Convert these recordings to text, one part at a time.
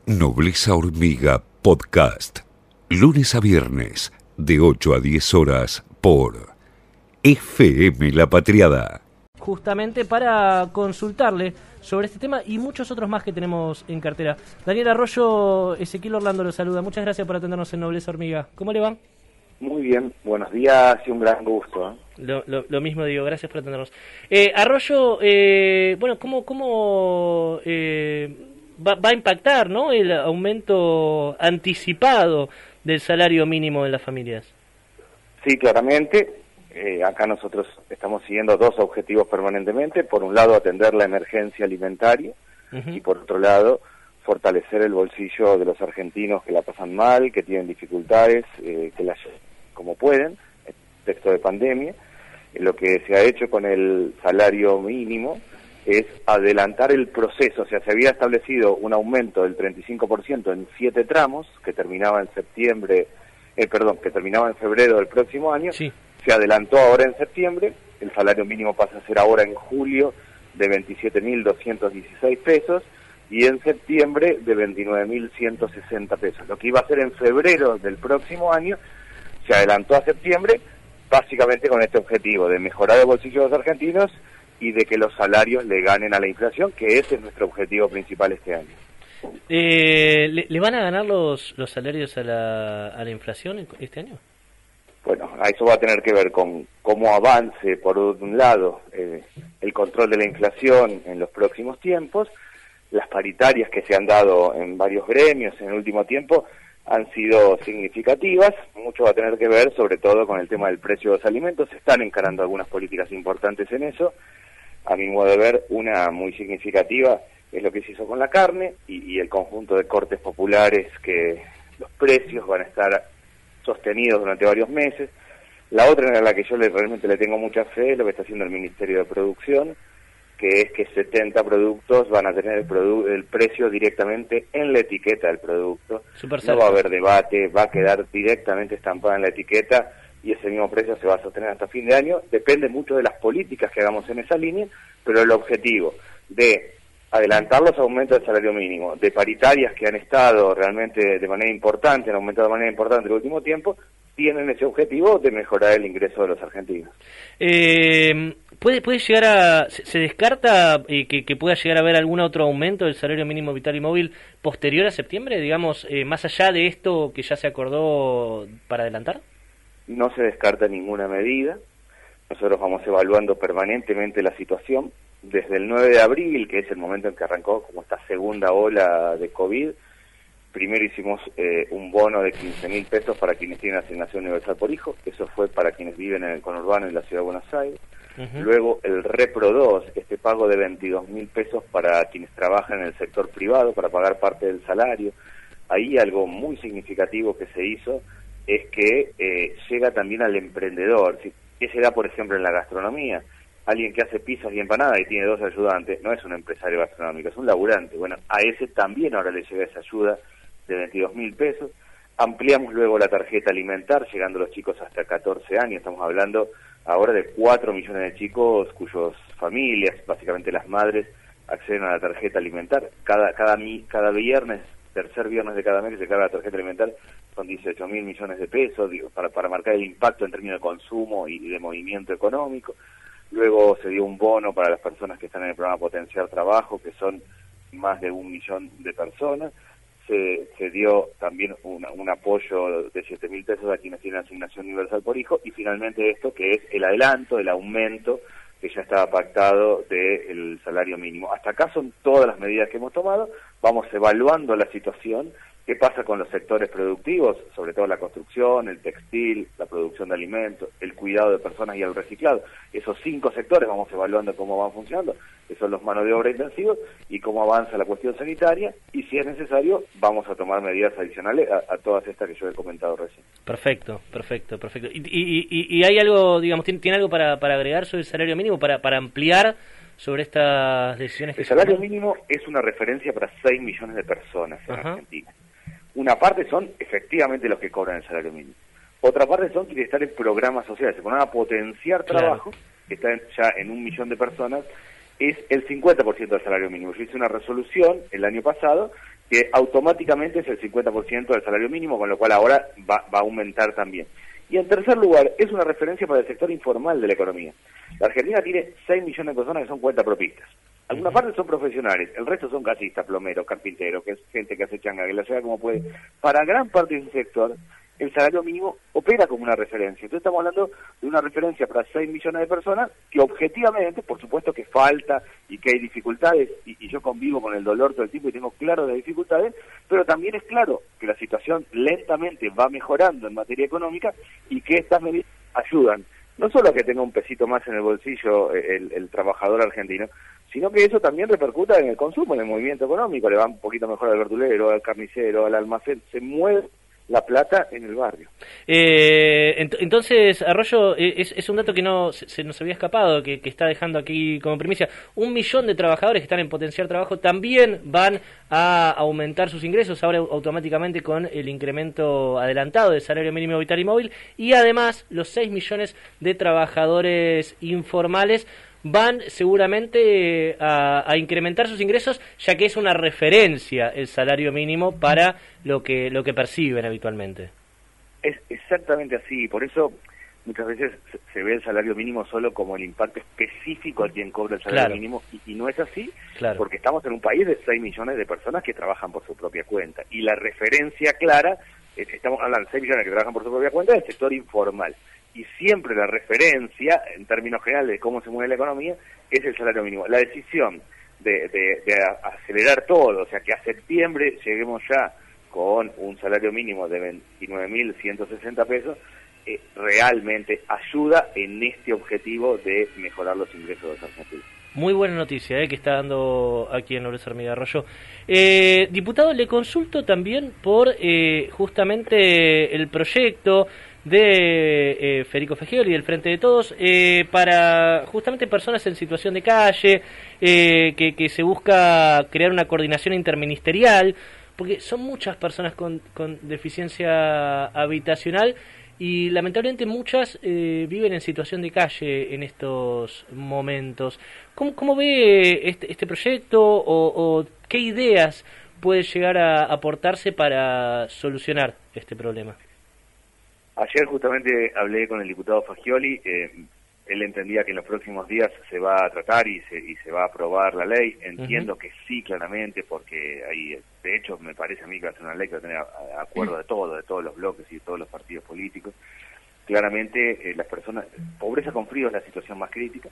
Nobleza Hormiga Podcast. Lunes a viernes, de 8 a 10 horas, por FM La Patriada. Justamente para consultarle sobre este tema y muchos otros más que tenemos en cartera. Daniel Arroyo, Ezequiel Orlando lo saluda. Muchas gracias por atendernos en Nobleza Hormiga. ¿Cómo le va? Muy bien, buenos días y un gran gusto. Lo mismo digo, gracias por atendernos. Arroyo, bueno, ¿cómo va a impactar, ¿no?, el aumento anticipado del salario mínimo en las familias? Sí, claramente. Acá nosotros estamos siguiendo dos objetivos permanentemente. Por un lado, atender la emergencia alimentaria y por otro lado, fortalecer el bolsillo de los argentinos que la pasan mal, que tienen dificultades, que las como pueden, en contexto de pandemia. Lo que se ha hecho con el salario mínimo es adelantar el proceso. O sea, se había establecido un aumento del 35% en 7 tramos, que terminaba en febrero del próximo año. Sí. Se adelantó ahora en septiembre, el salario mínimo pasa a ser ahora en julio de 27.216 pesos y en septiembre de 29.160 pesos. Lo que iba a ser en febrero del próximo año se adelantó a septiembre, básicamente con este objetivo de mejorar el bolsillo de los argentinos y de que los salarios le ganen a la inflación, que ese es nuestro objetivo principal este año. ¿Le van a ganar los salarios a la inflación este año? Bueno, eso va a tener que ver con cómo avance, por un lado, el control de la inflación en los próximos tiempos. Las paritarias que se han dado en varios gremios en el último tiempo han sido significativas. Mucho va a tener que ver, sobre todo, con el tema del precio de los alimentos. Se están encarando algunas políticas importantes en eso. A mi modo de ver, una muy significativa es lo que se hizo con la carne y el conjunto de cortes populares, que los precios van a estar sostenidos durante varios meses. La otra, en la que yo realmente le tengo mucha fe, es lo que está haciendo el Ministerio de Producción, que es que 70 productos van a tener el precio directamente en la etiqueta del producto. No va a haber debate, va a quedar directamente estampada en la etiqueta y ese mismo precio se va a sostener hasta fin de año. Depende mucho de las políticas que hagamos en esa línea, pero el objetivo de adelantar los aumentos del salario mínimo, de paritarias que han estado realmente de manera importante, han aumentado de manera importante en el último tiempo, tienen ese objetivo de mejorar el ingreso de los argentinos. ¿Puede llegar se descarta que pueda llegar a haber algún otro aumento del salario mínimo vital y móvil posterior a septiembre, digamos, más allá de esto que ya se acordó para adelantar? No se descarta ninguna medida. Nosotros vamos evaluando permanentemente la situación. Desde el 9 de abril, que es el momento en que arrancó como esta segunda ola de COVID, primero hicimos un bono de 15.000 pesos para quienes tienen asignación universal por hijo. Eso fue para quienes viven en el conurbano y la ciudad de Buenos Aires. Luego el Repro 2, este pago de 22.000 pesos para quienes trabajan en el sector privado, para pagar parte del salario. Ahí algo muy significativo que se hizo es que llega también al emprendedor. ¿Qué se da, por ejemplo, en la gastronomía? Alguien que hace pizzas y empanadas y tiene 2 ayudantes, no es un empresario gastronómico, es un laburante. Bueno, a ese también ahora le llega esa ayuda de 22.000 pesos. Ampliamos luego la tarjeta alimentar, llegando los chicos hasta 14 años. Estamos hablando ahora de 4 millones de chicos cuyas familias, básicamente las madres, acceden a la tarjeta alimentar. Cada viernes, tercer viernes de cada mes que se carga la tarjeta alimentar, son 18.000 millones de pesos, para marcar el impacto en términos de consumo y de movimiento económico. Luego se dio un bono para las personas que están en el programa Potenciar Trabajo, que son más de 1 millón de personas. Se dio también un apoyo de 7.000 pesos a quienes tienen asignación universal por hijo. Y finalmente esto, que es el adelanto, el aumento que ya estaba pactado del salario mínimo. Hasta acá son todas las medidas que hemos tomado. Vamos evaluando la situación. ¿Qué pasa con los sectores productivos? Sobre todo la construcción, el textil, la producción de alimentos, el cuidado de personas y el reciclado. Esos 5 sectores vamos evaluando cómo van funcionando, que son los manos de obra intensivos, y cómo avanza la cuestión sanitaria, y si es necesario, vamos a tomar medidas adicionales a todas estas que yo he comentado recién. Perfecto. ¿Y hay algo, digamos, tiene algo para agregar sobre el salario mínimo, para ampliar sobre estas decisiones que el salario mínimo es una referencia para 6 millones de personas en Argentina. Una parte son efectivamente los que cobran el salario mínimo. Otra parte son quienes están en programas sociales, se ponen a potenciar trabajo, que están ya en 1 millón de personas, es el 50% del salario mínimo. Yo hice una resolución el año pasado que automáticamente es el 50% del salario mínimo, con lo cual ahora va a aumentar también. Y en tercer lugar, es una referencia para el sector informal de la economía. La Argentina tiene 6 millones de personas que son cuentapropistas. Algunas partes son profesionales, el resto son casistas, plomeros, carpinteros, que es gente que hace changa, que la lleva como puede. Para gran parte de ese sector, el salario mínimo opera como una referencia. Entonces estamos hablando de una referencia para 6 millones de personas que objetivamente, por supuesto que falta y que hay dificultades, y yo convivo con el dolor todo el tiempo y tengo claro las dificultades, pero también es claro que la situación lentamente va mejorando en materia económica y que estas medidas ayudan, no solo a que tenga un pesito más en el bolsillo el trabajador argentino, sino que eso también repercuta en el consumo, en el movimiento económico, le va un poquito mejor al verdulero, al carnicero, al almacén, se mueve la plata en el barrio. Entonces, Arroyo, es un dato que se nos había escapado, que está dejando aquí como primicia. 1 millón de trabajadores que están en potenciar trabajo también van a aumentar sus ingresos ahora automáticamente con el incremento adelantado del salario mínimo vital y móvil, y además los 6 millones de trabajadores informales van seguramente a incrementar sus ingresos, ya que es una referencia el salario mínimo para lo que perciben habitualmente. Es exactamente así, por eso muchas veces se ve el salario mínimo solo como el impacto específico a quien cobra el salario mínimo, y no es así, porque estamos en un país de 6 millones de personas que trabajan por su propia cuenta, y la referencia clara, estamos hablando de 6 millones que trabajan por su propia cuenta, del sector informal. Y siempre la referencia, en términos generales, de cómo se mueve la economía, es el salario mínimo. La decisión de acelerar todo, o sea, que a septiembre lleguemos ya con un salario mínimo de 29.160 pesos, realmente ayuda en este objetivo de mejorar los ingresos de los argentinos. Muy buena noticia que está dando aquí en Lorenzo Armida Arroyo. Diputado, le consulto también por justamente el proyecto de Federico Fagioli y del Frente de Todos para justamente personas en situación de calle, que se busca crear una coordinación interministerial, porque son muchas personas con deficiencia habitacional y lamentablemente muchas viven en situación de calle en estos momentos. ¿Cómo ve este proyecto o qué ideas puede llegar a aportarse para solucionar este problema? Ayer justamente hablé con el diputado Fagioli, él entendía que en los próximos días se va a tratar y se va a aprobar la ley. Entiendo que sí, claramente, porque hay, de hecho, me parece a mí que va a ser una ley que va a tener acuerdo de todos los bloques y de todos los partidos políticos. Claramente, las personas, pobreza con frío es la situación más crítica,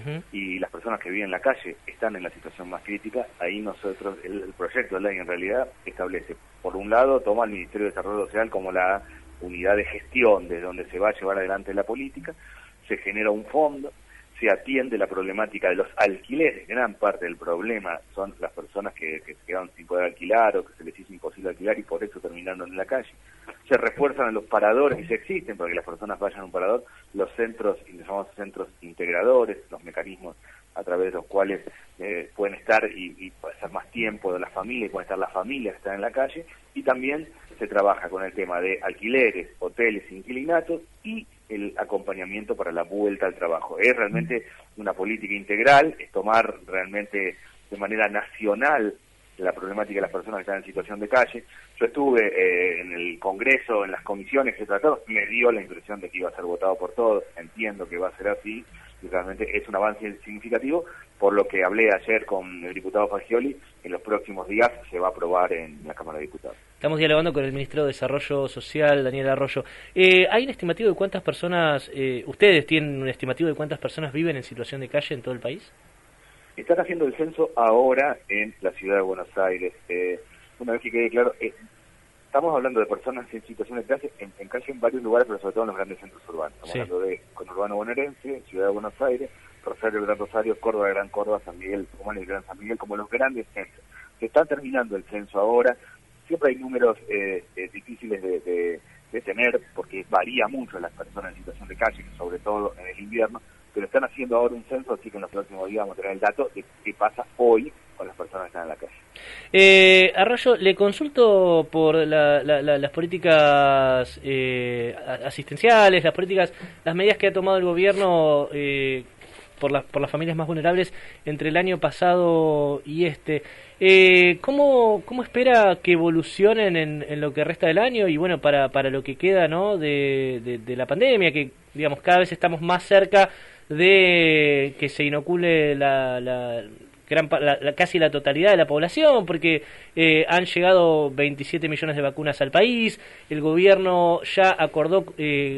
y las personas que viven en la calle están en la situación más crítica. Ahí nosotros, el proyecto de ley en realidad establece, por un lado, toma al Ministerio de Desarrollo Social como la unidad de gestión de donde se va a llevar adelante la política, se genera un fondo, se atiende la problemática de los alquileres. Gran parte del problema son las personas que se quedaron sin poder alquilar o que se les hizo imposible alquilar y por eso terminaron en la calle. Se refuerzan los paradores que ya existen para que las personas vayan a un parador, los centros, los llamados centros integradores, los mecanismos a través de los cuales pueden estar y pasar más tiempo de las familias, pueden estar las familias que están en la calle, y también se trabaja con el tema de alquileres, hoteles, inquilinatos y el acompañamiento para la vuelta al trabajo. Es realmente una política integral, es tomar realmente de manera nacional la problemática de las personas que están en situación de calle. Yo estuve en el Congreso, en las comisiones que se trataron, me dio la impresión de que iba a ser votado por todos, entiendo que va a ser así, y realmente es un avance significativo, por lo que hablé ayer con el diputado Fagioli, en los próximos días se va a aprobar en la Cámara de Diputados. Estamos dialogando con el ministro de Desarrollo Social, Daniel Arroyo. ¿Hay un estimativo de cuántas personas, ustedes tienen un estimativo de cuántas personas viven en situación de calle en todo el país? Están haciendo el censo ahora en la ciudad de Buenos Aires. Una vez que quede claro, estamos hablando de personas en situación de calle en varios lugares, pero sobre todo en los grandes centros urbanos. Estamos hablando de conurbano bonaerense, Ciudad de Buenos Aires, Rosario, Gran Rosario, Córdoba, Gran Córdoba, San Miguel, Tucumán y Gran San Miguel, como los grandes centros. Se está terminando el censo ahora. Siempre hay números difíciles de tener, porque varía mucho las personas en situación de calle, sobre todo en el invierno, pero están haciendo ahora un censo, así que en los próximos días vamos a tener el dato de qué pasa hoy con las personas que están en la calle. Arroyo, le consulto por las políticas asistenciales, las medidas que ha tomado el gobierno por las familias más vulnerables entre el año pasado y este. ¿Cómo espera que evolucionen en lo que resta del año y bueno, para lo que queda, ¿no? de la pandemia, que digamos cada vez estamos más cerca de que se inocule casi la totalidad de la población, porque han llegado 27 millones de vacunas al país, el gobierno ya acordó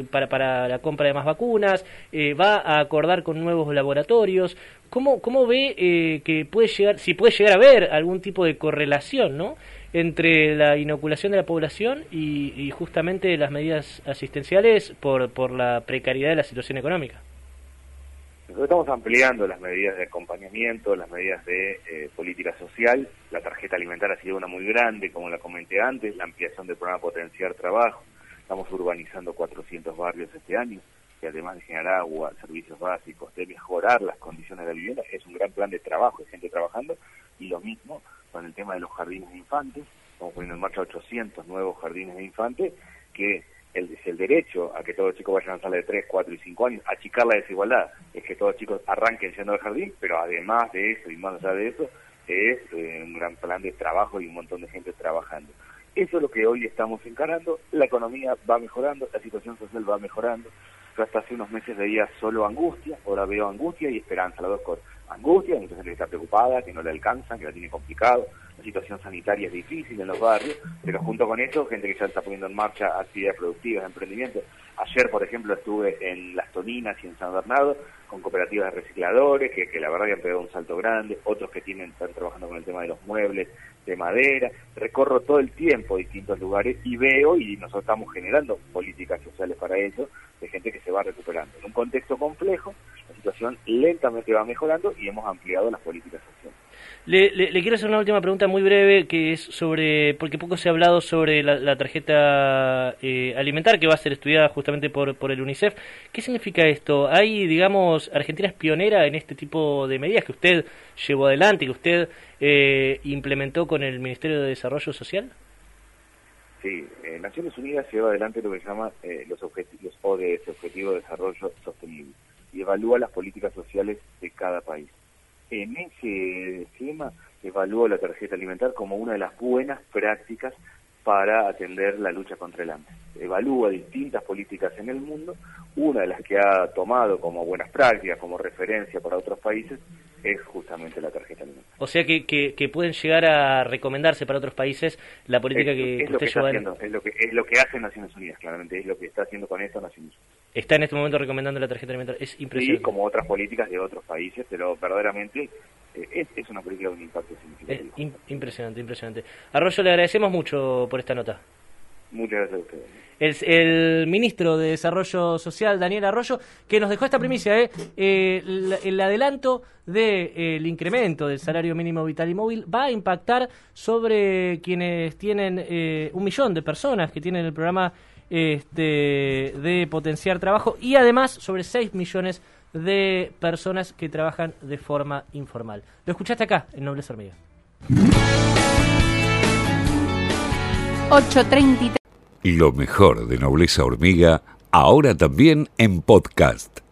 para la compra de más vacunas, va a acordar con nuevos laboratorios. ¿Cómo ve que puede llegar, si puede llegar a haber algún tipo de correlación, ¿no?, entre la inoculación de la población y justamente las medidas asistenciales por la precariedad de la situación económica? Nosotros estamos ampliando las medidas de acompañamiento, las medidas de política social. La tarjeta alimentaria ha sido una muy grande, como la comenté antes, la ampliación del programa Potenciar Trabajo. Estamos urbanizando 400 barrios este año, que además de generar agua, servicios básicos, de mejorar las condiciones de la vivienda, es un gran plan de trabajo, de gente trabajando, y lo mismo con el tema de los jardines de infantes. Estamos poniendo en marcha 800 nuevos jardines de infantes, que es el derecho a que todos los chicos vayan a sala de 3, 4 y 5 años, achicar la desigualdad, es que todos los chicos arranquen yendo al jardín, pero además de eso y más allá de eso, es un gran plan de trabajo y un montón de gente trabajando. Eso es lo que hoy estamos encarando. La economía va mejorando, la situación social va mejorando. Yo hasta hace unos meses veía solo angustia, ahora veo angustia y esperanza, las dos cosas. Angustia, mucha gente que está preocupada, que no le alcanzan, que la tiene complicado, la situación sanitaria es difícil en los barrios, pero junto con eso, gente que ya está poniendo en marcha actividades productivas, emprendimientos. Ayer, por ejemplo, estuve en Las Toninas y en San Bernardo con cooperativas de recicladores, que la verdad que han pegado un salto grande, otros que están trabajando con el tema de los muebles de madera. Recorro todo el tiempo distintos lugares y veo, y nosotros estamos generando políticas sociales para eso, de gente que se va recuperando. En un contexto complejo, la situación lentamente va mejorando y hemos ampliado las políticas sociales. Le quiero hacer una última pregunta muy breve, que es porque poco se ha hablado sobre la tarjeta alimentar, que va a ser estudiada justamente por el UNICEF. ¿Qué significa esto? ¿Hay, digamos, Argentina es pionera en este tipo de medidas que usted llevó adelante, que usted implementó con el Ministerio de Desarrollo Social? Sí, Naciones Unidas lleva adelante lo que se llama los ODS, Objetivos de Desarrollo Sostenible, y evalúa las políticas sociales de cada país. En ese esquema evalúa la tarjeta alimentar como una de las buenas prácticas para atender la lucha contra el hambre. Evalúa distintas políticas en el mundo, una de las que ha tomado como buenas prácticas, como referencia para otros países, es justamente la tarjeta alimentar. O sea que pueden llegar a recomendarse para otros países la política que usted lleva adelante. Es lo que hace Naciones Unidas, claramente, es lo que está haciendo con esto Naciones Unidas. Está en este momento recomendando la tarjeta alimentar, es impresionante. Sí, como otras políticas de otros países, pero verdaderamente es una política de un impacto significativo. Impresionante. Arroyo, le agradecemos mucho por esta nota. Muchas gracias a ustedes. El ministro de Desarrollo Social, Daniel Arroyo, que nos dejó esta primicia, el adelanto del incremento del salario mínimo vital y móvil va a impactar sobre quienes tienen 1 millón de personas que tienen el programa de Potenciar Trabajo y además sobre 6 millones de personas que trabajan de forma informal. Lo escuchaste acá en Nobleza Hormiga. 8:33. Lo mejor de Nobleza Hormiga, ahora también en podcast.